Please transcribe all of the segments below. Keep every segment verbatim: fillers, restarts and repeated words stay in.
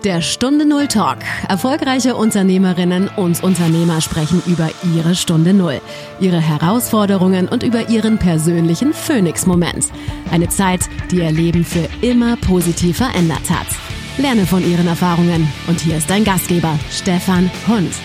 Der Stunde Null Talk. Erfolgreiche Unternehmerinnen und Unternehmer sprechen über ihre Stunde Null, ihre Herausforderungen und über ihren persönlichen Phoenix-Moment. Eine Zeit, die ihr Leben für immer positiv verändert hat. Lerne von ihren Erfahrungen. Und hier ist dein Gastgeber, Stefan Hund.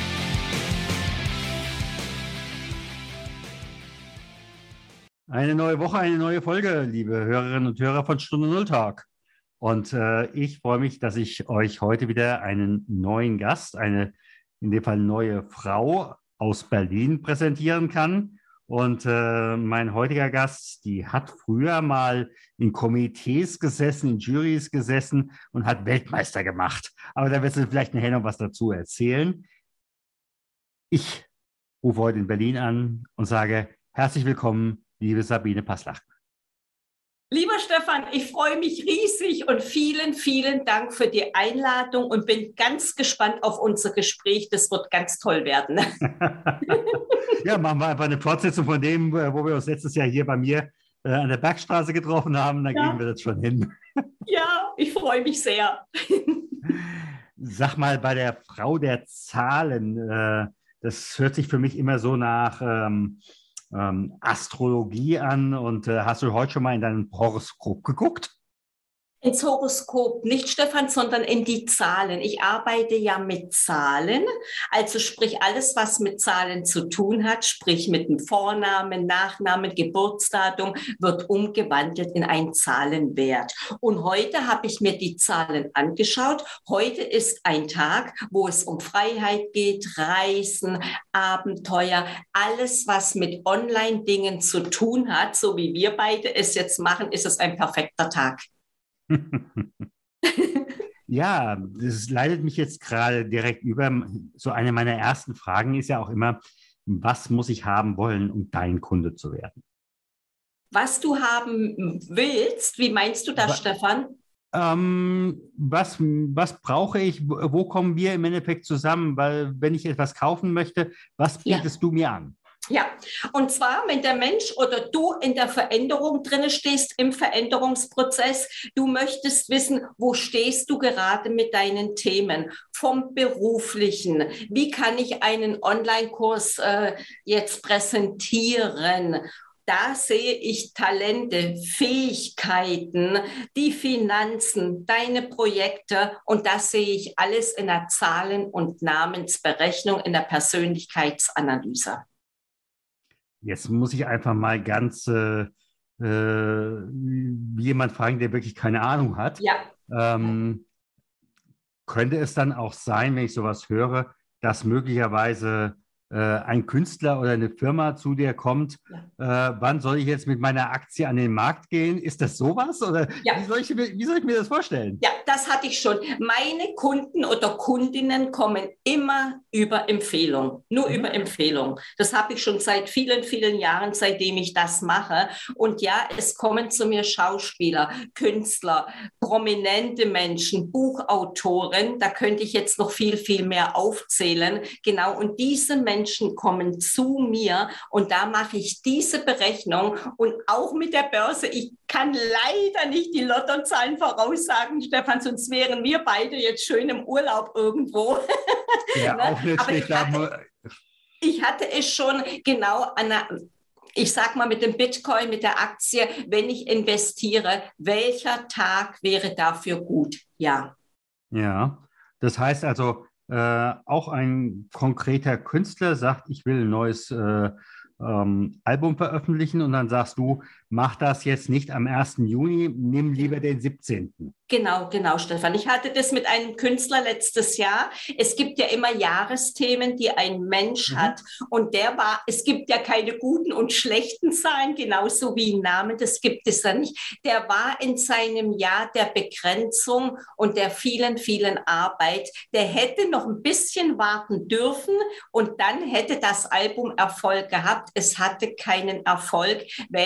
Eine neue Woche, eine neue Folge, liebe Hörerinnen und Hörer von Stunde Null Talk. Und äh, ich freue mich, dass ich euch heute wieder einen neuen Gast, eine in dem Fall neue Frau aus Berlin präsentieren kann. Und äh, mein heutiger Gast, die hat früher mal in Komitees gesessen, in Jurys gesessen und hat Weltmeister gemacht. Aber da wird sie vielleicht nachher noch was dazu erzählen. Ich rufe heute in Berlin an und sage herzlich willkommen, liebe Sabine Passlach. Lieber Stefan, ich freue mich riesig und vielen, vielen Dank für die Einladung und bin ganz gespannt auf unser Gespräch. Das wird ganz toll werden. Ja, machen wir einfach eine Fortsetzung von dem, wo wir uns letztes Jahr hier bei mir äh, an der Bergstraße getroffen haben. Da ja. Kriegen wir das schon hin. Ja, ich freue mich sehr. Sag mal, bei der Frau der Zahlen, äh, das hört sich für mich immer so nach ähm, ähm, Astrologie an. Und äh, hast du heute schon mal in dein Horoskop geguckt? Ins Horoskop nicht, Stefan, sondern in die Zahlen. Ich arbeite ja mit Zahlen, also sprich alles, was mit Zahlen zu tun hat, sprich mit dem Vornamen, Nachnamen, Geburtsdatum, wird umgewandelt in einen Zahlenwert. Und heute habe ich mir die Zahlen angeschaut. Heute ist ein Tag, wo es um Freiheit geht, Reisen, Abenteuer, alles, was mit Online-Dingen zu tun hat, so wie wir beide es jetzt machen, ist es ein perfekter Tag. Ja, das leitet mich jetzt gerade direkt über. So eine meiner ersten Fragen ist ja auch immer, was muss ich haben wollen, um dein Kunde zu werden? Was du haben willst, wie meinst du das, was, Stefan? Ähm, was, was brauche ich, wo kommen wir im Endeffekt zusammen? Weil wenn ich etwas kaufen möchte, was bietest ja. du mir an? Ja, und zwar, wenn der Mensch oder du in der Veränderung drin stehst, im Veränderungsprozess, du möchtest wissen, wo stehst du gerade mit deinen Themen, vom Beruflichen, wie kann ich einen Online-Kurs äh, jetzt präsentieren? Da sehe ich Talente, Fähigkeiten, die Finanzen, deine Projekte und das sehe ich alles in der Zahlen- und Namensberechnung, in der Persönlichkeitsanalyse. Jetzt muss ich einfach mal ganz äh, äh, jemand fragen, der wirklich keine Ahnung hat. Ja. Ähm, könnte es dann auch sein, wenn ich sowas höre, dass möglicherweise äh, ein Künstler oder eine Firma zu dir kommt? Ja. Äh, wann soll ich jetzt mit meiner Aktie an den Markt gehen? Ist das sowas? Oder ja. wie, soll ich, wie soll ich mir das vorstellen? Ja, das hatte ich schon. Meine Kunden oder Kundinnen kommen immer über Empfehlung, nur mhm. über Empfehlung. Das habe ich schon seit vielen, vielen Jahren, seitdem ich das mache. Und ja, es kommen zu mir Schauspieler, Künstler, prominente Menschen, Buchautoren. Da könnte ich jetzt noch viel, viel mehr aufzählen. Genau, und diese Menschen kommen zu mir und da mache ich diese Berechnung und auch mit der Börse. Ich kann leider nicht die Lottozahlen voraussagen, Stefan, sonst wären wir beide jetzt schön im Urlaub irgendwo. Ja, ne? Auch nicht. Aber ich, hatte, ich hatte es schon genau an der, ich sag mal mit dem Bitcoin, mit der Aktie, wenn ich investiere, welcher Tag wäre dafür gut? Ja. Ja, das heißt also, äh, auch ein konkreter Künstler sagt, ich will ein neues äh, ähm, Album veröffentlichen und dann sagst du, mach das jetzt nicht am ersten Juni, nimm lieber den siebzehnten Genau, genau, Stefan. Ich hatte das mit einem Künstler letztes Jahr. Es gibt ja immer Jahresthemen, die ein Mensch mhm. hat. Und der war, es gibt ja keine guten und schlechten Zahlen, genauso wie im Namen, das gibt es ja nicht. Der war in seinem Jahr der Begrenzung und der vielen, vielen Arbeit. Der hätte noch ein bisschen warten dürfen und dann hätte das Album Erfolg gehabt. Es hatte keinen Erfolg, weil er es an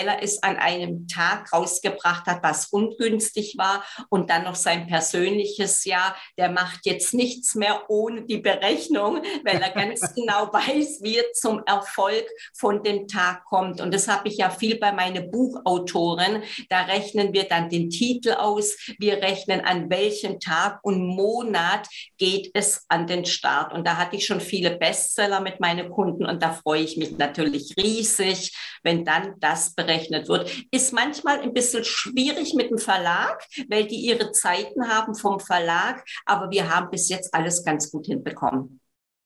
an einem Tag rausgebracht hat, was ungünstig war und dann noch sein persönliches Jahr. Der macht jetzt nichts mehr ohne die Berechnung, weil er ganz genau weiß, wie er zum Erfolg von dem Tag kommt. Und das habe ich ja viel bei meinen Buchautoren. Da rechnen wir dann den Titel aus. Wir rechnen, an welchem Tag und Monat geht es an den Start. Und da hatte ich schon viele Bestseller mit meinen Kunden und da freue ich mich natürlich riesig, wenn dann das berechnet wird. Ist manchmal ein bisschen schwierig mit dem Verlag, weil die ihre Zeiten haben vom Verlag, aber wir haben bis jetzt alles ganz gut hinbekommen.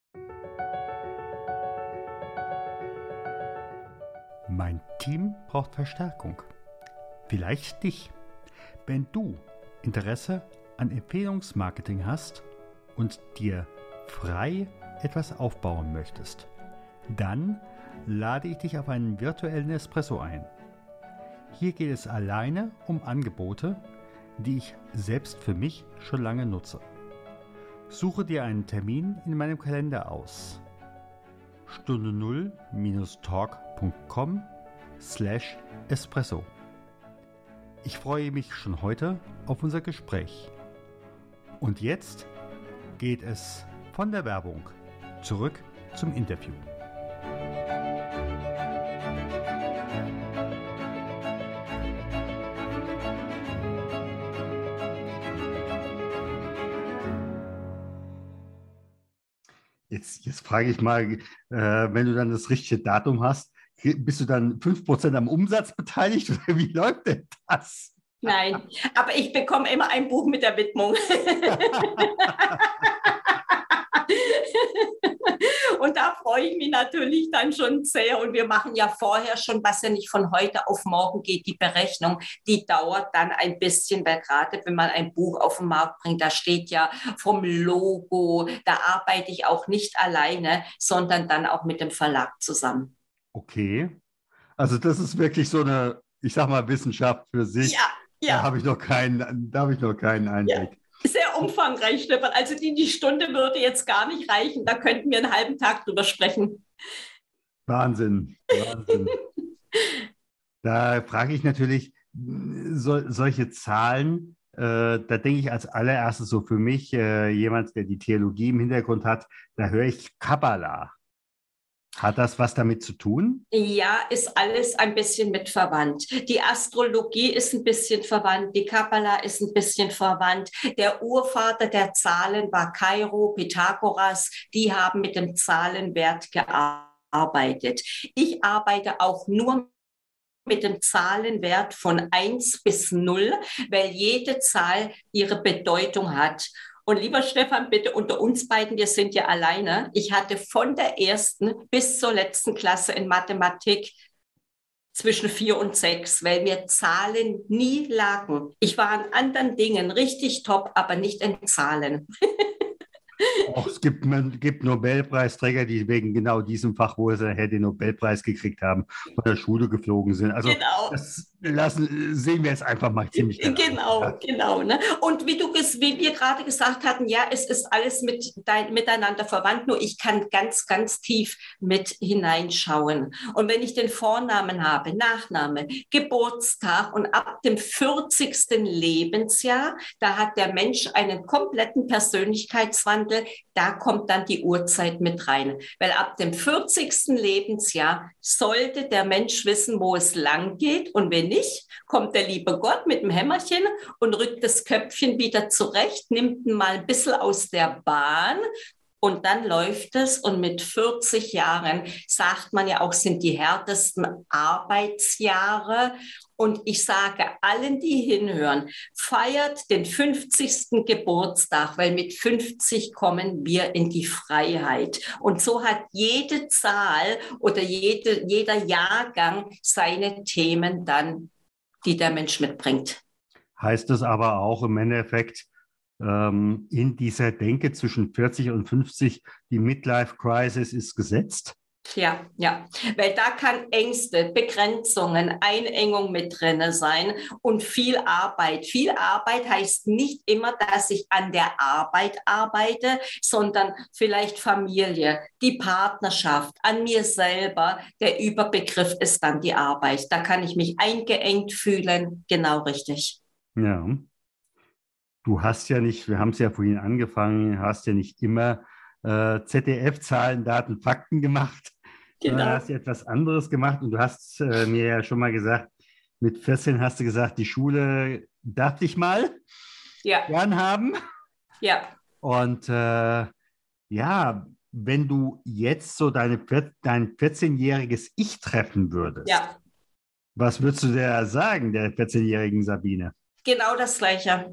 Mein Team braucht Verstärkung. Vielleicht dich. Wenn du Interesse an Empfehlungsmarketing hast und dir frei etwas aufbauen möchtest, dann lade ich dich auf einen virtuellen Espresso ein. Hier geht es alleine um Angebote, die ich selbst für mich schon lange nutze. Suche dir einen Termin in meinem Kalender aus. stunde null talk punkt com slash espresso. Ich freue mich schon heute auf unser Gespräch. Und jetzt geht es von der Werbung zurück zum Interview. Jetzt, jetzt frage ich mal, äh, wenn du dann das richtige Datum hast, bist du dann fünf Prozent am Umsatz beteiligt oder wie läuft denn das? Nein, aber ich bekomme immer ein Buch mit der Widmung. Und da freue ich mich natürlich dann schon sehr. Und wir machen ja vorher schon, was ja nicht von heute auf morgen geht, die Berechnung, die dauert dann ein bisschen, weil gerade wenn man ein Buch auf den Markt bringt, da steht ja vom Logo, da arbeite ich auch nicht alleine, sondern dann auch mit dem Verlag zusammen. Okay, also das ist wirklich so eine, ich sag mal, Wissenschaft für sich. Ja, ja. Da habe ich noch keinen, da habe ich noch keinen Einblick. Ja. Sehr umfangreich, Stefan. Also die, die Stunde würde jetzt gar nicht reichen. Da könnten wir einen halben Tag drüber sprechen. Wahnsinn, Wahnsinn. Da frage ich natürlich, so, solche Zahlen, äh, da denke ich als allererstes so für mich, äh, jemand, der die Theologie im Hintergrund hat, da höre ich Kabbala. Hat das was damit zu tun? Ja, ist alles ein bisschen mit verwandt. Die Astrologie ist ein bisschen verwandt, die Kabbala ist ein bisschen verwandt. Der Urvater der Zahlen war Kairo, Pythagoras. Die haben mit dem Zahlenwert gearbeitet. Ich arbeite auch nur mit dem Zahlenwert von eins bis null, weil jede Zahl ihre Bedeutung hat. Und lieber Stefan, bitte unter uns beiden, wir sind ja alleine. Ich hatte von der ersten bis zur letzten Klasse in Mathematik zwischen vier und sechs, weil mir Zahlen nie lagen. Ich war an anderen Dingen richtig top, aber nicht in Zahlen. Auch es gibt, man, gibt Nobelpreisträger, die wegen genau diesem Fach, wo sie nachher den Nobelpreis gekriegt haben, von der Schule geflogen sind. Also genau. Das lassen, sehen wir jetzt einfach mal ziemlich genau. Genau, genau. Ne? Und wie, du, wie wir gerade gesagt hatten, ja, es ist alles mit, dein, miteinander verwandt, nur ich kann ganz, ganz tief mit hineinschauen. Und wenn ich den Vornamen habe, Nachname, Geburtstag und ab dem vierzigsten Lebensjahr, da hat der Mensch einen kompletten Persönlichkeitswandel. Da kommt dann die Uhrzeit mit rein. Weil ab dem vierzigsten Lebensjahr sollte der Mensch wissen, wo es lang geht. Und wenn nicht, kommt der liebe Gott mit dem Hämmerchen und rückt das Köpfchen wieder zurecht, nimmt ihn mal ein bisschen aus der Bahn. Und dann läuft es und mit vierzig Jahren, sagt man ja auch, sind die härtesten Arbeitsjahre. Und ich sage allen, die hinhören, feiert den fünfzigsten Geburtstag, weil mit fünfzig kommen wir in die Freiheit. Und so hat jede Zahl oder jede, jeder Jahrgang seine Themen dann, die der Mensch mitbringt. Heißt das aber auch im Endeffekt, ähm, in dieser Denke zwischen vierzig und fünfzig, die Midlife Crisis ist gesetzt? Ja, ja, weil da kann Ängste, Begrenzungen, Einengung mit drin sein und viel Arbeit. Viel Arbeit heißt nicht immer, dass ich an der Arbeit arbeite, sondern vielleicht Familie, die Partnerschaft, an mir selber. Der Überbegriff ist dann die Arbeit. Da kann ich mich eingeengt fühlen. Genau richtig. Ja, du hast ja nicht, wir haben es ja vorhin angefangen, hast ja nicht immer äh, Z D F, Zahlen, Daten, Fakten gemacht. Sondern Genau. hast du etwas anderes gemacht und du hast äh, mir ja schon mal gesagt, mit vierzehn hast du gesagt, die Schule darf dich mal Ja, gern haben. ja. Und äh, ja, wenn du jetzt so deine, vier- dein vierzehnjähriges Ich treffen würdest, Ja, was würdest du der sagen, der vierzehnjährigen Sabine? genau das Gleiche.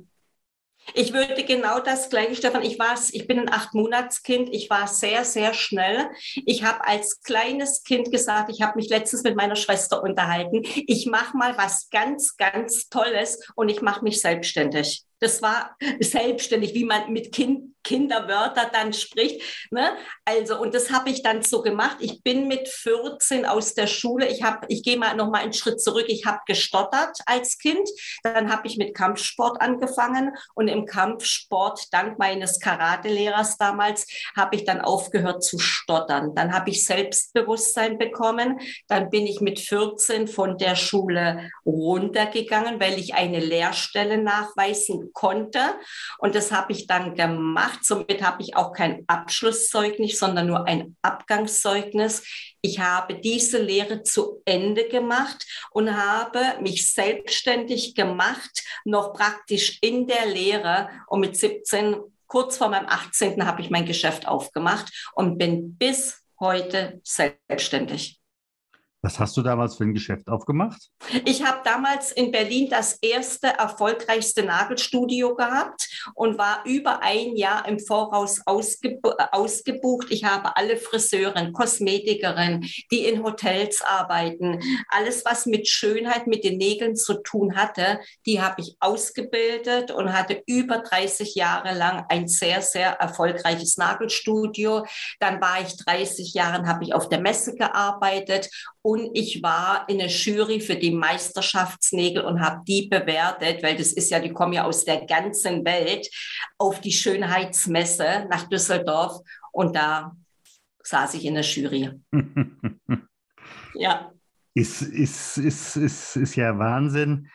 Ich würde genau das Gleiche, Stefan. Ich war, ich bin ein Acht-Monats-Kind. Ich war sehr, sehr schnell. Ich habe als kleines Kind gesagt, ich habe mich letztens mit meiner Schwester unterhalten. Ich mache mal was ganz, ganz Tolles und ich mache mich selbstständig. Das war selbstständig, wie man mit kind, Kinderwörter dann spricht. Ne? Also, und das habe ich dann so gemacht. Ich bin mit vierzehn aus der Schule. Ich habe, ich gehe mal noch mal einen Schritt zurück. Ich habe gestottert als Kind. Dann habe ich mit Kampfsport angefangen und im Kampfsport, dank meines Karate-Lehrers damals, habe ich dann aufgehört zu stottern. Dann habe ich Selbstbewusstsein bekommen. Dann bin ich mit vierzehn von der Schule runtergegangen, weil ich eine Lehrstelle nachweisen konnte. Und das habe ich dann gemacht. Somit habe ich auch kein Abschlusszeugnis, sondern nur ein Abgangszeugnis. Ich habe diese Lehre zu Ende gemacht und habe mich selbstständig gemacht, noch praktisch in der Lehre. Und mit siebzehn, kurz vor meinem achtzehnten habe ich mein Geschäft aufgemacht und bin bis heute selbstständig. Was hast du damals für ein Geschäft aufgemacht? Ich habe damals in Berlin das erste erfolgreichste Nagelstudio gehabt und war über ein Jahr im Voraus ausgebu ausgebucht. Ich habe alle Friseuren, Kosmetikerinnen, die in Hotels arbeiten, alles, was mit Schönheit, mit den Nägeln zu tun hatte, die habe ich ausgebildet und hatte über dreißig Jahre lang ein sehr, sehr erfolgreiches Nagelstudio. Dann war ich dreißig Jahre, habe ich auf der Messe gearbeitet. Und ich war in der Jury für die Meisterschaftsnägel und habe die bewertet, weil das ist ja, die kommen ja aus der ganzen Welt, auf die Schönheitsmesse nach Düsseldorf. Und da saß ich in der Jury. Ja. Ist, ist, ist, ist, ist ja Wahnsinn.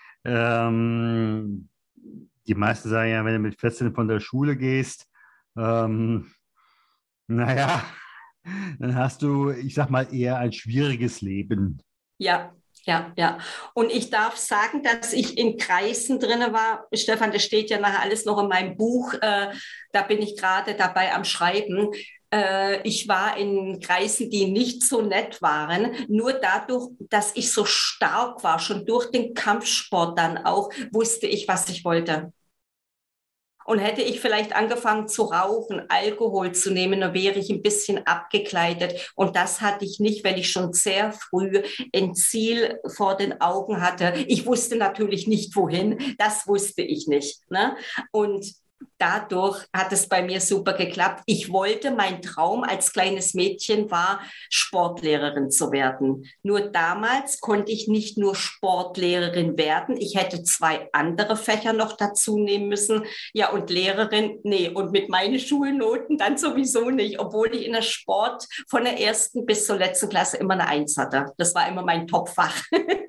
Ähm, die meisten sagen ja, wenn du mit vierzehn von der Schule gehst, ähm, naja, dann hast du, ich sag mal, eher ein schwieriges Leben. Ja, ja, ja. Und ich darf sagen, dass ich in Kreisen drin war. Stefan, das steht ja nachher alles noch in meinem Buch. Äh, da bin ich gerade dabei am Schreiben. Äh, ich war in Kreisen, die nicht so nett waren. Nur dadurch, dass ich so stark war, schon durch den Kampfsport dann auch, wusste ich, was ich wollte. Und hätte ich vielleicht angefangen zu rauchen, Alkohol zu nehmen, dann wäre ich ein bisschen abgekleidet. Und das hatte ich nicht, weil ich schon sehr früh ein Ziel vor den Augen hatte. Ich wusste natürlich nicht, wohin. Das wusste ich nicht. Ne? Und dadurch hat es bei mir super geklappt. Ich wollte, mein Traum als kleines Mädchen war, Sportlehrerin zu werden. Nur damals konnte ich nicht nur Sportlehrerin werden. Ich hätte zwei andere Fächer noch dazu nehmen müssen. Ja, und Lehrerin, nee. Und mit meinen Schulnoten dann sowieso nicht, obwohl ich in der Sport von der ersten bis zur letzten Klasse immer eine Eins hatte. Das war immer mein Topfach.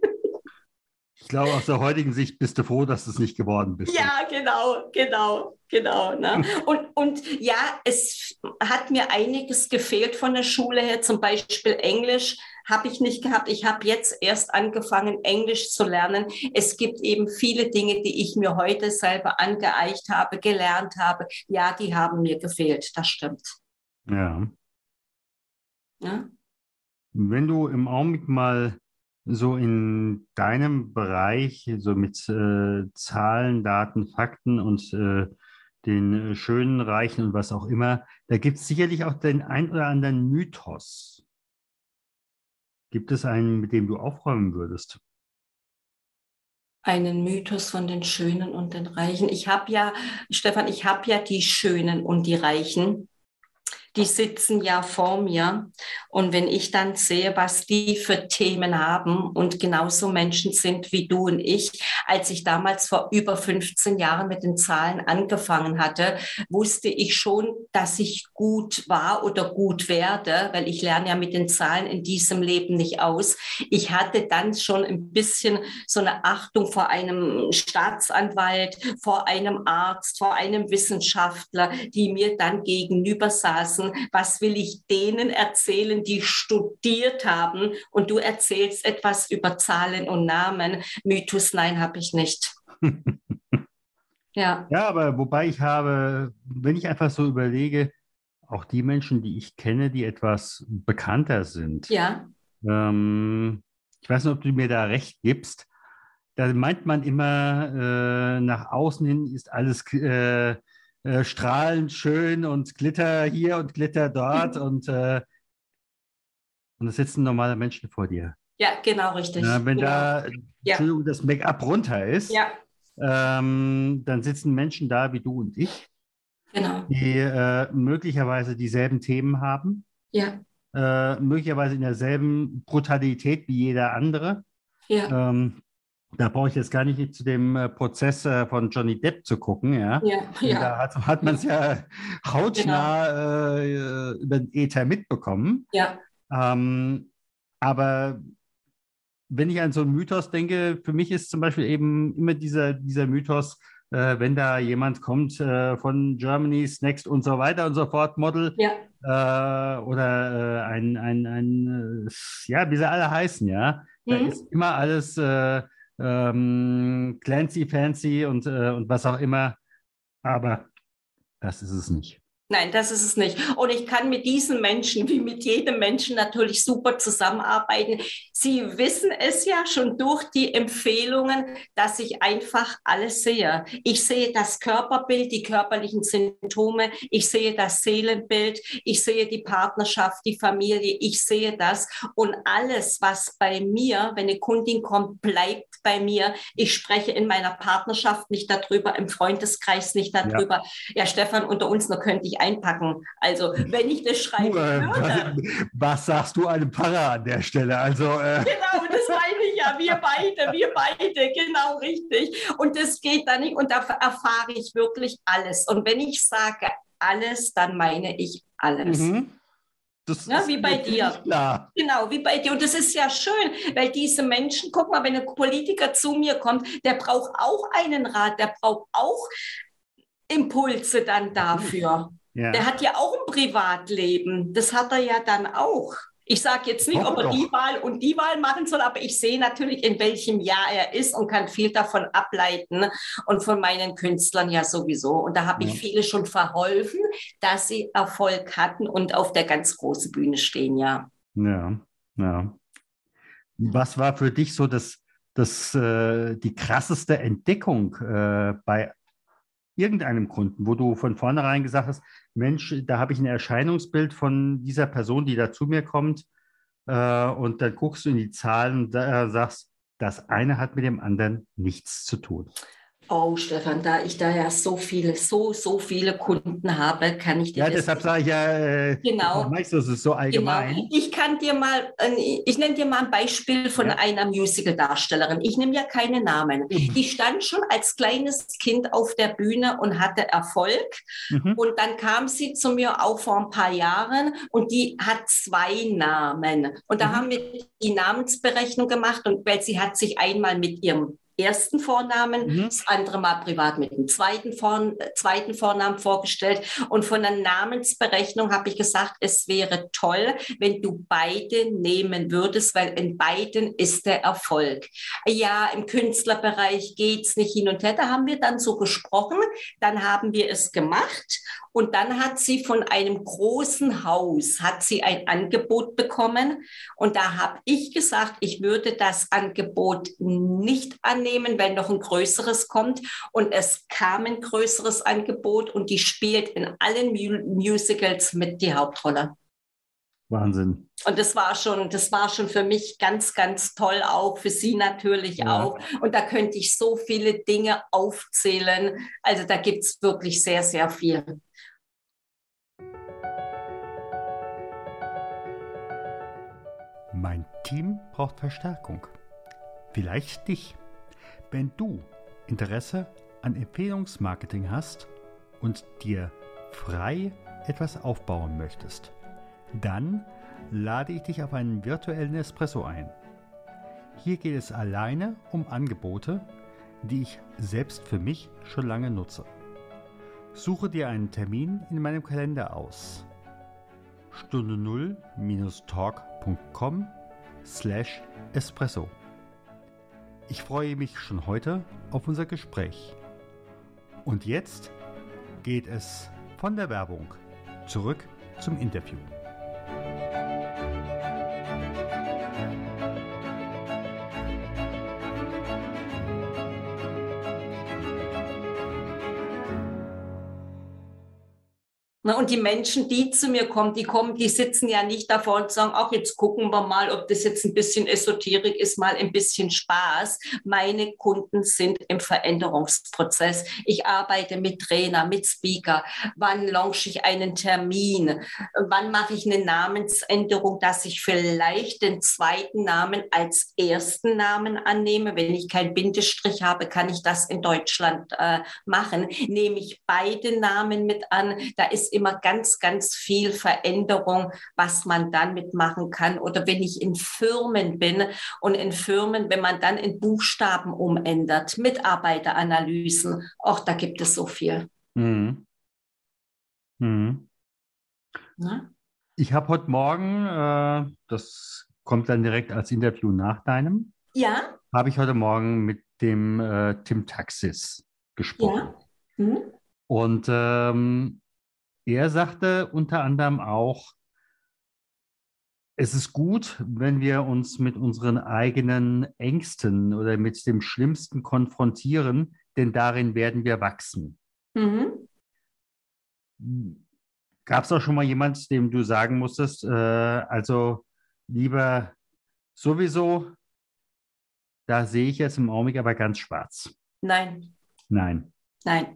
Ich glaube, aus der heutigen Sicht bist du froh, dass du es nicht geworden bist. Ja, genau, genau, genau. Ne? Und, und ja, es hat mir einiges gefehlt von der Schule her. Zum Beispiel Englisch habe ich nicht gehabt. Ich habe jetzt erst angefangen, Englisch zu lernen. Es gibt eben viele Dinge, die ich mir heute selber angeeicht habe, gelernt habe. Ja, die haben mir gefehlt. Das stimmt. Ja. Ja? Wenn du im Augenblick mal so in deinem Bereich, so mit äh, Zahlen, Daten, Fakten und äh, den äh, schönen, reichen und was auch immer, da gibt es sicherlich auch den ein oder anderen Mythos. Gibt es einen, mit dem du aufräumen würdest? Einen Mythos von den Schönen und den Reichen. Ich habe ja, Stefan, ich habe ja die Schönen und die Reichen. die sitzen ja vor mir. Und wenn ich dann sehe, was die für Themen haben und genauso Menschen sind wie du und ich, als ich damals vor über fünfzehn Jahren mit den Zahlen angefangen hatte, wusste ich schon, dass ich gut war oder gut werde, weil ich lerne ja mit den Zahlen in diesem Leben nicht aus. Ich hatte dann schon ein bisschen so eine Achtung vor einem Staatsanwalt, vor einem Arzt, vor einem Wissenschaftler, die mir dann gegenüber saßen. Was will ich denen erzählen, die studiert haben? Und du erzählst etwas über Zahlen und Namen. Mythos, nein, habe ich nicht. Ja. Ja, aber wobei ich habe, wenn ich einfach so überlege, auch die Menschen, die ich kenne, die etwas bekannter sind. Ja. Ähm, ich weiß nicht, ob du mir da recht gibst. Da meint man immer, äh, nach außen hin ist alles äh, äh, strahlend schön und Glitter hier und Glitter dort und, äh, und es sitzen normale Menschen vor dir. Ja, genau, richtig. Ja, wenn genau. da, ja. Entschuldigung, das Make-up runter ist, ja. ähm, dann sitzen Menschen da wie du und ich, genau. die äh, möglicherweise dieselben Themen haben, ja. äh, möglicherweise in derselben Brutalität wie jeder andere. Ja. Ähm, Da brauche ich jetzt gar nicht zu dem äh, Prozess äh, von Johnny Depp zu gucken, ja. Ja, ja. Da hat, hat man es ja hautnah genau. äh, über den Äther mitbekommen. Ja. Ähm, aber wenn ich an so einen Mythos denke, für mich ist zum Beispiel eben immer dieser, dieser Mythos, äh, wenn da jemand kommt äh, von Germany's Next und so weiter und so fort Model ja. äh, oder äh, ein, ein, ein äh, ja, wie sie alle heißen, ja. Da mhm. ist immer alles äh, ähm, Clancy, Fancy und, äh, und was auch immer. Aber das ist es nicht. Nein, das ist es nicht. Und ich kann mit diesen Menschen, wie mit jedem Menschen, natürlich super zusammenarbeiten. Sie wissen es ja schon durch die Empfehlungen, dass ich einfach alles sehe. Ich sehe das Körperbild, die körperlichen Symptome. Ich sehe das Seelenbild. Ich sehe die Partnerschaft, die Familie. Ich sehe das. Und alles, was bei mir, wenn eine Kundin kommt, bleibt bei mir. Ich spreche in meiner Partnerschaft nicht darüber, im Freundeskreis nicht darüber. Ja, ja Stefan, unter uns, nur könnte ich einpacken. Also, wenn ich das schreiben würde. Was, was sagst du einem Para an der Stelle? Also, äh genau, das meine ich ja. Wir beide, wir beide, genau richtig. Und das geht da nicht. Und da erfahre ich wirklich alles. Und wenn ich sage alles, dann meine ich alles. Mhm. Das ja, ist wie bei dir. Klar. Genau, wie bei dir. Und das ist ja schön, weil diese Menschen, guck mal, wenn ein Politiker zu mir kommt, der braucht auch einen Rat, der braucht auch Impulse dann dafür. Ja. Der hat ja auch ein Privatleben. Das hat er ja dann auch. Ich sage jetzt nicht, ob er die Wahl und die Wahl machen soll, aber ich sehe natürlich, in welchem Jahr er ist und kann viel davon ableiten und von meinen Künstlern ja sowieso. Und da habe ich viele schon verholfen, dass sie Erfolg hatten und auf der ganz großen Bühne stehen, ja. Ja, ja. Was war für dich so das, das, äh, die krasseste Entdeckung äh, bei irgendeinem Kunden, wo du von vornherein gesagt hast, Mensch, da habe ich ein Erscheinungsbild von dieser Person, die da zu mir kommt, äh, und dann guckst du in die Zahlen und äh, sagst, das eine hat mit dem anderen nichts zu tun. Oh, Stefan, da ich da ja so viele, so, so viele Kunden habe, kann ich dir ja, das... Ja, deshalb sage ich ja, äh, genau. Meinst du, es ist so allgemein. Genau. Ich kann dir mal, ich nenne dir mal ein Beispiel von ja. einer Musical-Darstellerin. Ich nehme ja keine Namen. Mhm. Die stand schon als kleines Kind auf der Bühne und hatte Erfolg. Mhm. Und dann kam sie zu mir auch vor ein paar Jahren und die hat zwei Namen. Und da mhm. haben wir die Namensberechnung gemacht, und weil sie hat sich einmal mit ihrem ersten Vornamen, mhm. das andere Mal privat mit dem zweiten, Vor zweiten Vornamen vorgestellt. Und von der Namensberechnung habe ich gesagt, es wäre toll, wenn du beide nehmen würdest, weil in beiden ist der Erfolg. Ja, im Künstlerbereich geht es nicht hin und her. Da haben wir dann so gesprochen, dann haben wir es gemacht. Und dann hat sie von einem großen Haus, hat sie ein Angebot bekommen. Und da habe ich gesagt, ich würde das Angebot nicht annehmen, wenn noch ein größeres kommt. Und es kam ein größeres Angebot und die spielt in allen Mu- Musicals mit die Hauptrolle. Wahnsinn. Und das war schon, das war schon für mich ganz, ganz toll, auch für sie natürlich ja. auch. Und da könnte ich so viele Dinge aufzählen. Also da gibt es wirklich sehr, sehr viel. Mein Team braucht Verstärkung. Vielleicht dich. Wenn du Interesse an Empfehlungsmarketing hast und dir frei etwas aufbauen möchtest, dann lade ich dich auf einen virtuellen Espresso ein. Hier geht es alleine um Angebote, die ich selbst für mich schon lange nutze. Suche dir einen Termin in meinem Kalender aus. stunde null talk punkt com slash espresso. Ich freue mich schon heute auf unser Gespräch. Und jetzt geht es von der Werbung zurück zum Interview. Und die Menschen, die zu mir kommen, die kommen, die sitzen ja nicht davor und sagen, ach, jetzt gucken wir mal, ob das jetzt ein bisschen Esoterik ist, mal ein bisschen Spaß. Meine Kunden sind im Veränderungsprozess. Ich arbeite mit Trainer, mit Speaker. Wann launche ich einen Termin? Wann mache ich eine Namensänderung, dass ich vielleicht den zweiten Namen als ersten Namen annehme? Wenn ich keinen Bindestrich habe, kann ich das in Deutschland äh, machen. Nehme ich beide Namen mit an, da ist immer ganz, ganz viel Veränderung, was man dann mitmachen kann. Oder wenn ich in Firmen bin und in Firmen, wenn man dann in Buchstaben umändert, Mitarbeiteranalysen, auch da gibt es so viel. Mhm. Mhm. Ja? Ich habe heute Morgen, äh, das kommt dann direkt als Interview nach deinem, Ja. habe ich heute Morgen mit dem äh, Tim Taxis gesprochen. Ja. Mhm. Und ähm, er sagte unter anderem auch, es ist gut, wenn wir uns mit unseren eigenen Ängsten oder mit dem Schlimmsten konfrontieren, denn darin werden wir wachsen. Mhm. Gab es auch schon mal jemand, dem du sagen musstest, äh, also lieber sowieso, da sehe ich jetzt im Augenblick aber ganz schwarz? Nein. Nein. Nein.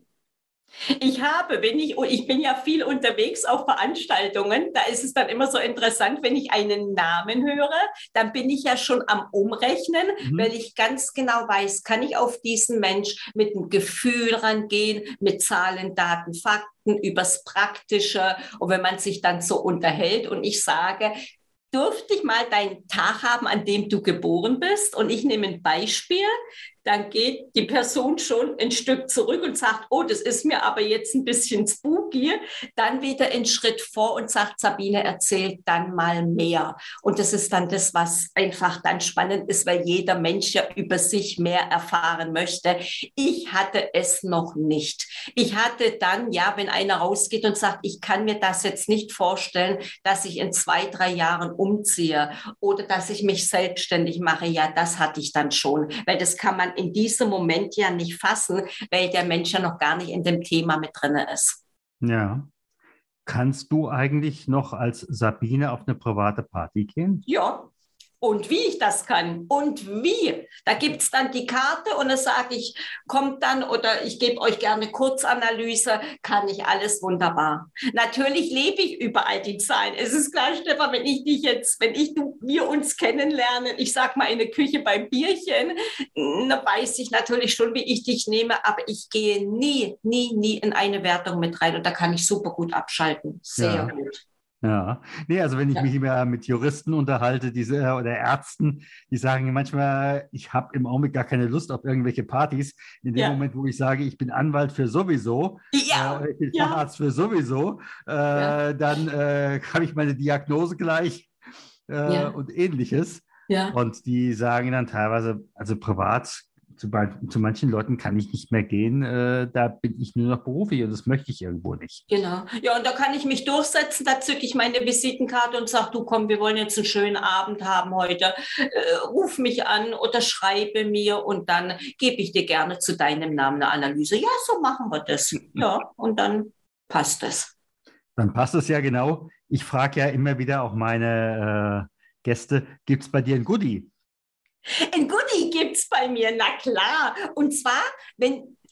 Ich habe, wenn ich, ich bin ja viel unterwegs auf Veranstaltungen, da ist es dann immer so interessant, wenn ich einen Namen höre, dann bin ich ja schon am Umrechnen, mhm. weil ich ganz genau weiß, kann ich auf diesen Mensch mit einem Gefühl rangehen, mit Zahlen, Daten, Fakten, übers Praktische. Und wenn man sich dann so unterhält und ich sage, dürfte ich mal deinen Tag haben, an dem du geboren bist? Und ich nehme ein Beispiel. Dann geht die Person schon ein Stück zurück und sagt, oh, das ist mir aber jetzt ein bisschen spooky. Dann wieder einen Schritt vor und sagt, Sabine erzählt dann mal mehr. Und das ist dann das, was einfach dann spannend ist, weil jeder Mensch ja über sich mehr erfahren möchte. Ich hatte es noch nicht. Ich hatte dann, ja, wenn einer rausgeht und sagt, ich kann mir das jetzt nicht vorstellen, dass ich in zwei, drei Jahren umziehe oder dass ich mich selbstständig mache, ja, das hatte ich dann schon, weil das kann man in diesem Moment ja nicht fassen, weil der Mensch ja noch gar nicht in dem Thema mit drin ist. Ja. Kannst du eigentlich noch als Sabine auf eine private Party gehen? Ja. Und wie ich das kann und wie. Da gibt es dann die Karte und da sage ich, kommt dann oder ich gebe euch gerne Kurzanalyse, kann ich alles wunderbar. Natürlich lebe ich überall die Zahlen. Es ist klar, Stefan, wenn ich dich jetzt, wenn ich, du, wir uns kennenlernen, ich sag mal in der Küche beim Bierchen, da weiß ich natürlich schon, wie ich dich nehme, aber ich gehe nie, nie, nie in eine Wertung mit rein und da kann ich super gut abschalten. Sehr ja. gut. Ja, nee, also wenn ich ja. mich immer mit Juristen unterhalte, diese oder Ärzten, die sagen manchmal, ich habe im Augenblick gar keine Lust auf irgendwelche Partys. In dem ja. Moment, wo ich sage, ich bin Anwalt für sowieso, ja. äh, ich bin ja. Facharzt für sowieso, äh, ja. dann äh, habe ich meine Diagnose gleich äh, ja. und Ähnliches. Ja. Und die sagen dann teilweise, also privat, zu, zu manchen Leuten kann ich nicht mehr gehen, äh, da bin ich nur noch beruflich und das möchte ich irgendwo nicht. Genau. Ja, und da kann ich mich durchsetzen, da zücke ich meine Visitenkarte und sage, du komm, wir wollen jetzt einen schönen Abend haben heute, äh, ruf mich an oder schreibe mir und dann gebe ich dir gerne zu deinem Namen eine Analyse. Ja, so machen wir das. Ja, und dann passt es. Dann passt es ja genau. Ich frage ja immer wieder auch meine äh, Gäste, gibt es bei dir ein Goodie? Ein Goodie gibt es bei mir, na klar. Und zwar, wenn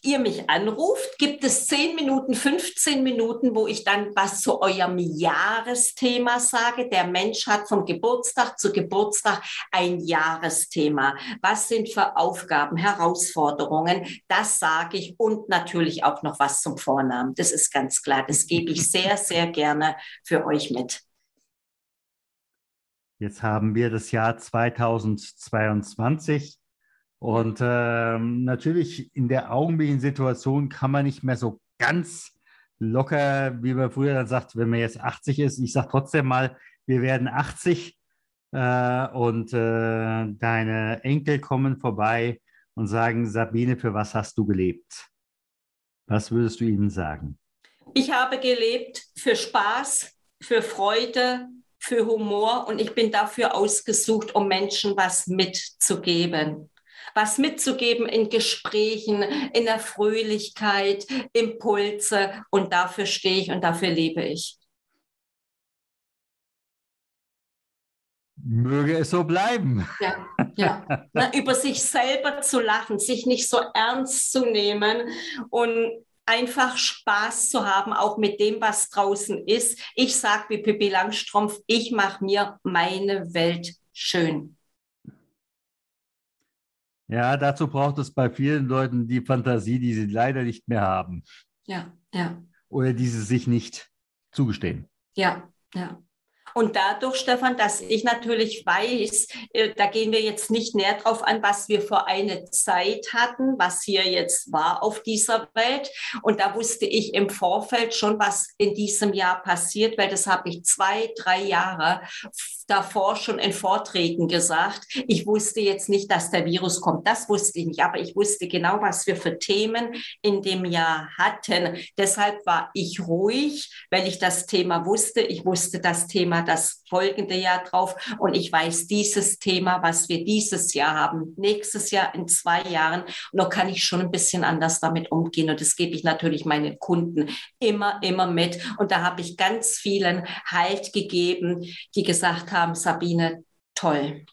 ihr mich anruft, gibt es zehn Minuten, fünfzehn Minuten, wo ich dann was zu eurem Jahresthema sage. Der Mensch hat vom Geburtstag zu Geburtstag ein Jahresthema. Was sind für Aufgaben, Herausforderungen? Das sage ich und natürlich auch noch was zum Vornamen. Das ist ganz klar. Das gebe ich sehr, sehr gerne für euch mit. Jetzt haben wir das Jahr zweitausendzweiundzwanzig. Und ähm, natürlich in der augenblicklichen Situation kann man nicht mehr so ganz locker, wie man früher dann sagt, wenn man jetzt achtzig ist. Ich sage trotzdem mal, wir werden achtzig äh, und äh, deine Enkel kommen vorbei und sagen, Sabine, für was hast du gelebt? Was würdest du ihnen sagen? Ich habe gelebt für Spaß, für Freude, für Humor und ich bin dafür ausgesucht, um Menschen was mitzugeben. Was mitzugeben in Gesprächen, in der Fröhlichkeit, Impulse und dafür stehe ich und dafür lebe ich. Möge es so bleiben. Ja, ja. Na, über sich selber zu lachen, sich nicht so ernst zu nehmen und einfach Spaß zu haben, auch mit dem, was draußen ist. Ich sage wie Pippi Langstrumpf, ich mache mir meine Welt schön. Ja, dazu braucht es bei vielen Leuten die Fantasie, die sie leider nicht mehr haben. Ja, ja. Oder die sie sich nicht zugestehen. Ja, ja. Und dadurch, Stefan, dass ich natürlich weiß, äh, da gehen wir jetzt nicht näher drauf an, was wir für eine Zeit hatten, was hier jetzt war auf dieser Welt. Und da wusste ich im Vorfeld schon, was in diesem Jahr passiert, weil das habe ich zwei, drei Jahre davor schon in Vorträgen gesagt. Ich wusste jetzt nicht, dass der Virus kommt. Das wusste ich nicht. Aber ich wusste genau, was wir für Themen in dem Jahr hatten. Deshalb war ich ruhig, weil ich das Thema wusste. Ich wusste das Thema das folgende Jahr drauf. Und ich weiß dieses Thema, was wir dieses Jahr haben, nächstes Jahr in zwei Jahren. Und da kann ich schon ein bisschen anders damit umgehen. Und das gebe ich natürlich meinen Kunden immer, immer mit. Und da habe ich ganz vielen Halt gegeben, die gesagt haben, Sabine, toll.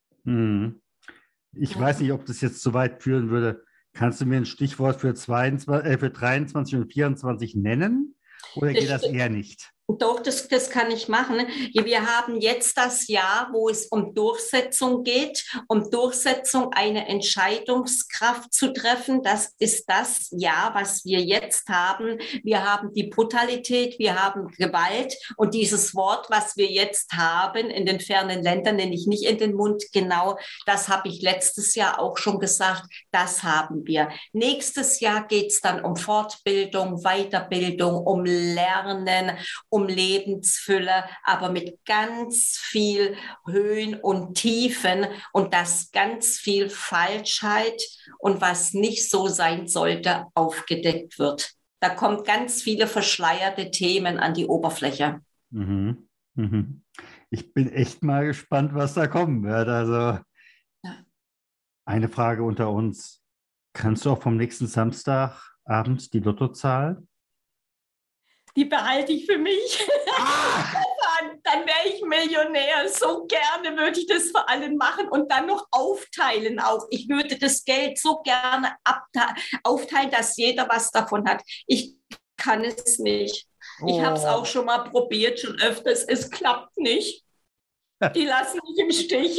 Hm. Ich ja. weiß nicht, ob das jetzt zu weit führen würde. Kannst du mir ein Stichwort für, zweiundzwanzig, äh, für dreiundzwanzig und vierundzwanzig nennen? Oder geht das, das eher nicht? Doch, das, das kann ich machen. Wir haben jetzt das Jahr, wo es um Durchsetzung geht, um Durchsetzung, eine Entscheidungskraft zu treffen. Das ist das Jahr, was wir jetzt haben. Wir haben die Brutalität, wir haben Gewalt und dieses Wort, was wir jetzt haben in den fernen Ländern, nenne ich nicht in den Mund genau, das habe ich letztes Jahr auch schon gesagt, das haben wir. Nächstes Jahr geht es dann um Fortbildung, Weiterbildung, um Lernen, um Lebensfülle, aber mit ganz viel Höhen und Tiefen und dass ganz viel Falschheit und was nicht so sein sollte, aufgedeckt wird. Da kommt ganz viele verschleierte Themen an die Oberfläche. Mhm. Mhm. Ich bin echt mal gespannt, was da kommen wird. Also ja. Eine Frage unter uns. Kannst du auch vom nächsten Samstagabend die Lottozahl? Die behalte ich für mich. Ah. Dann wäre ich Millionär. So gerne würde ich das für alle machen und dann noch aufteilen auch. Ich würde das Geld so gerne aufteilen, dass jeder was davon hat. Ich kann es nicht. Oh. Ich habe es auch schon mal probiert, schon öfters. Es klappt nicht. Die lassen mich im Stich.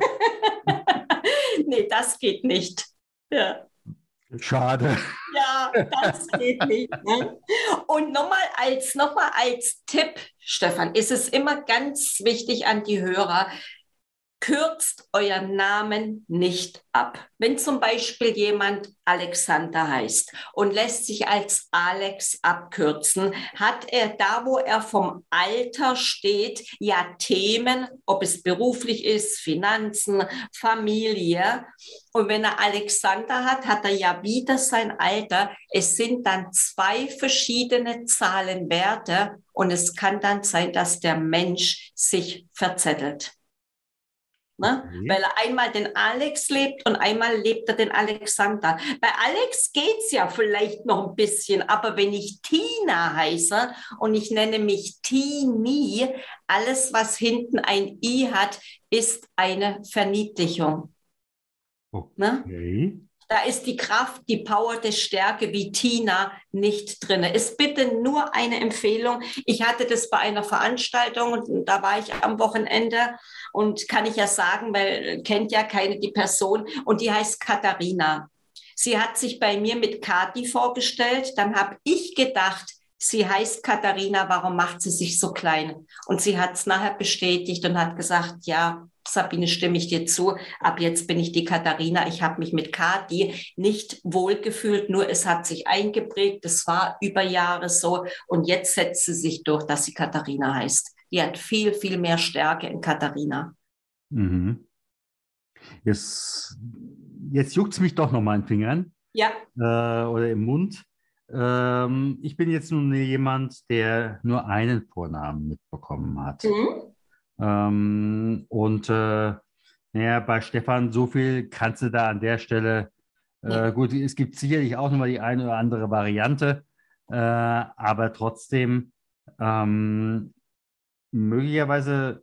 Nee, das geht nicht. Ja. Schade. Ja, das geht nicht. Ne? Und nochmal als, noch mal als Tipp, Stefan, ist es immer ganz wichtig an die Hörer, kürzt euren Namen nicht ab. Wenn zum Beispiel jemand Alexander heißt und lässt sich als Alex abkürzen, hat er da, wo er vom Alter steht, ja Themen, ob es beruflich ist, Finanzen, Familie. Und wenn er Alexander hat, hat er ja wieder sein Alter. Es sind dann zwei verschiedene Zahlenwerte und es kann dann sein, dass der Mensch sich verzettelt. Ne? Okay. Weil er einmal den Alex lebt und einmal lebt er den Alexander. Bei Alex geht es ja vielleicht noch ein bisschen, aber wenn ich Tina heiße und ich nenne mich Tini, alles, was hinten ein I hat, ist eine Verniedlichung. Okay. Ne? Da ist die Kraft, die Power, die Stärke wie Tina nicht drin. Ist bitte nur eine Empfehlung. Ich hatte das bei einer Veranstaltung und da war ich am Wochenende und kann ich ja sagen, weil kennt ja keine die Person und die heißt Katharina. Sie hat sich bei mir mit Kathi vorgestellt. Dann habe ich gedacht, sie heißt Katharina, warum macht sie sich so klein? Und sie hat es nachher bestätigt und hat gesagt, ja, Sabine, stimme ich dir zu. Ab jetzt bin ich die Katharina. Ich habe mich mit Kathi nicht wohlgefühlt, nur es hat sich eingeprägt. Es war über Jahre so. Und jetzt setzt sie sich durch, dass sie Katharina heißt. Die hat viel, viel mehr Stärke in Katharina. Mhm. Jetzt, jetzt juckt es mich doch noch mal in den Fingern Ja. äh, oder im Mund. Ähm, ich bin jetzt nun jemand, der nur einen Vornamen mitbekommen hat. Mhm. Ähm, und äh, naja, bei Stefan, so viel kannst du da an der Stelle, äh, Ja. gut, es gibt sicherlich auch nochmal die eine oder andere Variante, äh, aber trotzdem ähm, möglicherweise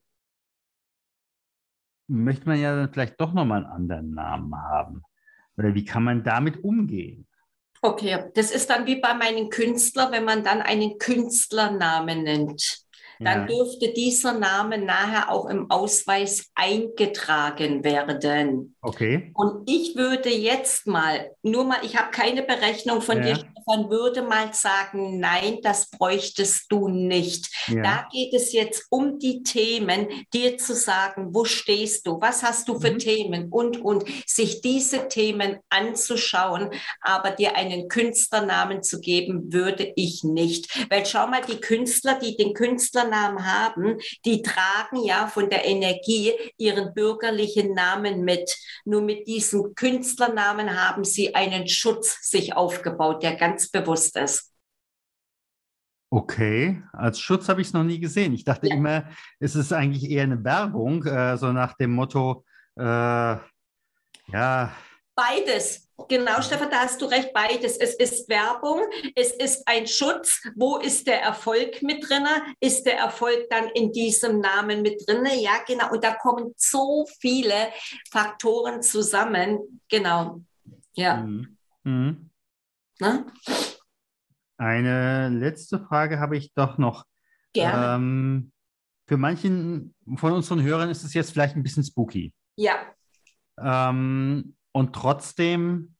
möchte man ja dann vielleicht doch nochmal einen anderen Namen haben. Oder wie kann man damit umgehen? Okay, das ist dann wie bei meinen Künstlern, wenn man dann einen Künstlernamen nennt. Dann Ja, dürfte dieser Name nachher auch im Ausweis eingetragen werden. okay. Und ich würde jetzt mal, nur mal, ich habe keine Berechnung von dir, Ja, Stefan, würde mal sagen, nein, das bräuchtest du nicht. ja. Da geht es jetzt um die Themen, dir zu sagen, wo stehst du, was hast du für Mhm. Themen und, und, sich diese Themen anzuschauen, aber dir einen Künstlernamen zu geben, würde ich nicht. Weil schau mal, die Künstler, die den Künstlernamen haben, die tragen ja von der Energie ihren bürgerlichen Namen mit. Nur mit diesem Künstlernamen haben sie einen Schutz sich aufgebaut, der ganz bewusst ist. Okay, als Schutz habe ich es noch nie gesehen. Ich dachte Ja. immer, es ist eigentlich eher eine Werbung, äh, so nach dem Motto, äh, ja, Beides. Genau, Stefan, da hast du recht, beides. Es ist Werbung, es ist ein Schutz. Wo ist der Erfolg mit drin? Ist der Erfolg dann in diesem Namen mit drin? Ja, genau. Und da kommen so viele Faktoren zusammen. Genau. Ja. mhm. Mhm. Ne? Eine letzte Frage habe ich doch noch. Gerne. Ähm, für manchen von unseren Hörern ist es jetzt vielleicht ein bisschen spooky. Ja. Ähm, und trotzdem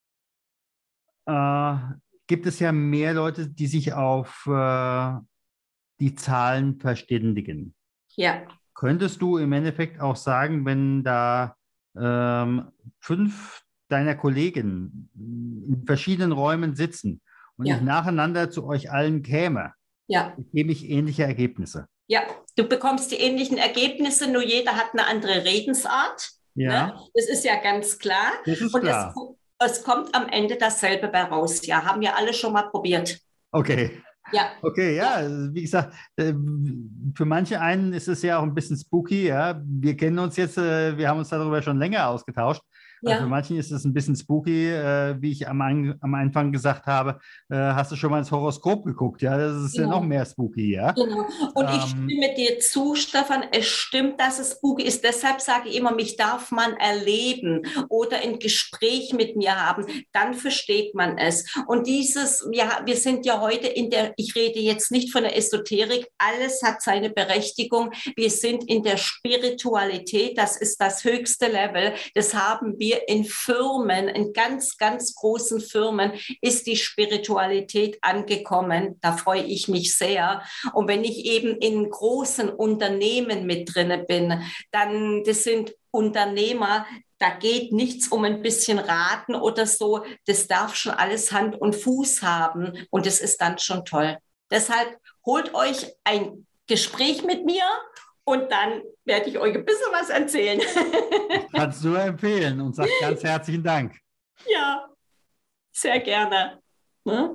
äh, gibt es ja mehr Leute, die sich auf äh, die Zahlen verständigen. Ja. Könntest du im Endeffekt auch sagen, wenn da ähm, fünf deiner Kollegen in verschiedenen Räumen sitzen und ich Ja. nacheinander zu euch allen käme, Ja. bekäme ich ähnliche Ergebnisse? Ja, du bekommst die ähnlichen Ergebnisse, nur jeder hat eine andere Redensart. Ne? Ja, Das ist ja ganz klar. das ist Und es, klar. es kommt am Ende dasselbe bei raus. Ja, haben wir alle schon mal probiert. Okay. Ja, Okay, ja, ja, also wie gesagt, äh, für manche einen ist es ja auch ein bisschen spooky, ja. Wir kennen uns jetzt, äh, wir haben uns darüber schon länger ausgetauscht. Also für ja. manchen ist es ein bisschen spooky, äh, wie ich am, Ein- am Anfang gesagt habe. Äh, hast du schon mal ins Horoskop geguckt? Ja, das ist ja noch Genau. mehr spooky, ja. Genau. Und ich Ähm, stimme dir zu, Stefan, es stimmt, dass es spooky ist. Deshalb sage ich immer, mich darf man erleben oder ein Gespräch mit mir haben. Dann versteht man es. Und dieses, ja, wir sind ja heute in der, ich rede jetzt nicht von der Esoterik, alles hat seine Berechtigung. Wir sind in der Spiritualität, das ist das höchste Level. Das haben wir in Firmen, in ganz, ganz großen Firmen ist die Spiritualität angekommen. Da freue ich mich sehr. Und wenn ich eben in großen Unternehmen mit drinne bin, dann, das sind Unternehmer, da geht nichts um ein bisschen Raten oder so. Das darf schon alles Hand und Fuß haben und das ist dann schon toll. Deshalb holt euch ein Gespräch mit mir und dann werde ich euch ein bisschen was erzählen. kannst du empfehlen und sag ganz herzlichen Dank. Ja, sehr gerne. Ne?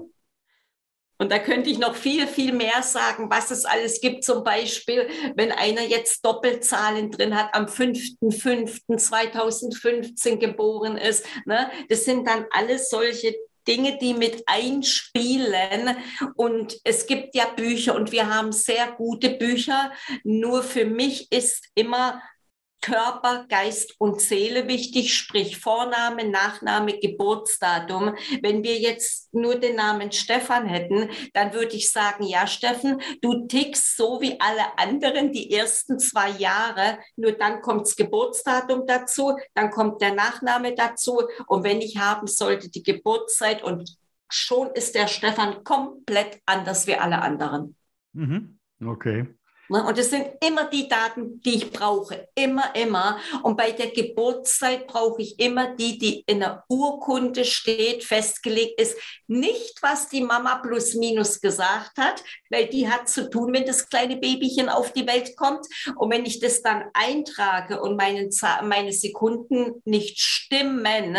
Und da könnte ich noch viel, viel mehr sagen, was es alles gibt. Zum Beispiel, wenn einer jetzt Doppelzahlen drin hat, am fünfter fünfter zweitausendfünfzehn geboren ist. Ne? Das sind dann alles solche Dinge, die mit einspielen. Und es gibt ja Bücher und wir haben sehr gute Bücher. Nur für mich ist immer Körper, Geist und Seele wichtig, sprich Vorname, Nachname, Geburtsdatum. Wenn wir jetzt nur den Namen Stefan hätten, dann würde ich sagen, ja, Steffen, du tickst so wie alle anderen die ersten zwei Jahre, nur dann kommt das Geburtsdatum dazu, dann kommt der Nachname dazu und wenn ich haben sollte, die Geburtszeit und schon ist der Stefan komplett anders wie alle anderen. Mhm. Okay. Und es sind immer die Daten, die ich brauche, immer, immer. Und bei der Geburtszeit brauche ich immer die, die in der Urkunde steht, festgelegt ist. Nicht, was die Mama plus minus gesagt hat, weil die hat zu tun, wenn das kleine Babychen auf die Welt kommt. Und wenn ich das dann eintrage und meine, meine Sekunden nicht stimmen,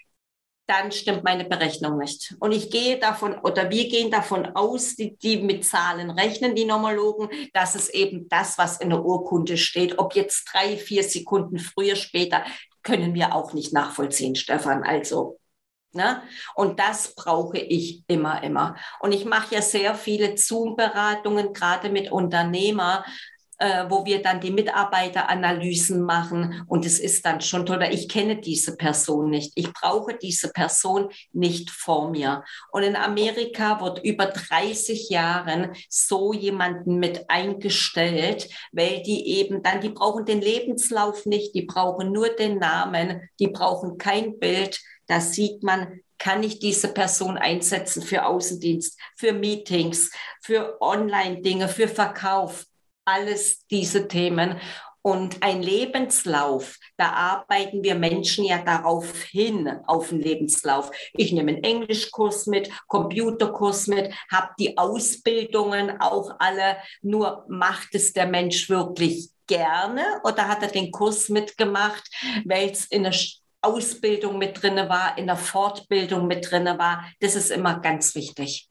dann stimmt meine Berechnung nicht. Und ich gehe davon, oder wir gehen davon aus, die, die mit Zahlen rechnen, die Nomologen, dass es eben das, was in der Urkunde steht, ob jetzt drei, vier Sekunden früher, später, können wir auch nicht nachvollziehen, Stefan. Also, ne? Und das brauche ich immer, immer. Und ich mache ja sehr viele Zoom-Beratungen, gerade mit Unternehmern, Äh, wo wir dann die Mitarbeiteranalysen machen und es ist dann schon toll, weil ich kenne diese Person nicht. Ich brauche diese Person nicht vor mir. Und in Amerika wird über dreißig Jahren so jemanden mit eingestellt, weil die eben dann, die brauchen den Lebenslauf nicht, die brauchen nur den Namen, die brauchen kein Bild. Da sieht man, kann ich diese Person einsetzen für Außendienst, für Meetings, für Online-Dinge, für Verkauf. Alles diese Themen. Und ein Lebenslauf, da arbeiten wir Menschen ja darauf hin, auf den Lebenslauf. Ich nehme einen Englischkurs mit, Computerkurs mit, habe die Ausbildungen auch alle. Nur macht es der Mensch wirklich gerne oder hat er den Kurs mitgemacht, weil es in der Ausbildung mit drin war, in der Fortbildung mit drin war? Das ist immer ganz wichtig.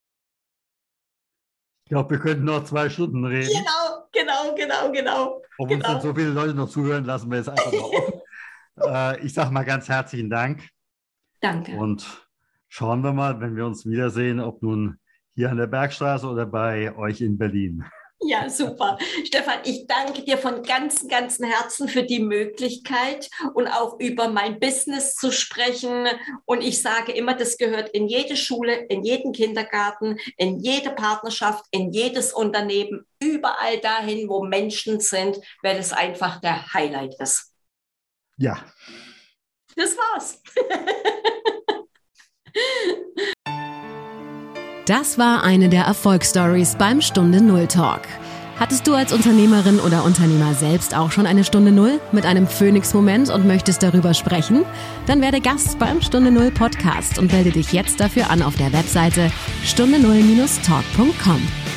Ich glaube, wir könnten noch zwei Stunden reden. Genau, genau, genau, genau. Ob genau. uns dann so viele Leute noch zuhören, lassen wir es einfach mal offen. äh, ich sage mal ganz herzlichen Dank. Danke. Und schauen wir mal, wenn wir uns wiedersehen, ob nun hier an der Bergstraße oder bei euch in Berlin. Ja, super. Stefan, ich danke dir von ganzem, ganzem Herzen für die Möglichkeit und auch über mein Business zu sprechen. Und ich sage immer, das gehört in jede Schule, in jeden Kindergarten, in jede Partnerschaft, in jedes Unternehmen, überall dahin, wo Menschen sind, weil es einfach der Highlight ist. Ja. Das war's. Das war eine der Erfolgsstories beim Stunde Null Talk. Hattest du als Unternehmerin oder Unternehmer selbst auch schon eine Stunde Null mit einem Phoenix-Moment und möchtest darüber sprechen? Dann werde Gast beim Stunde Null Podcast und melde dich jetzt dafür an auf der Webseite stunde null Talk punkt com.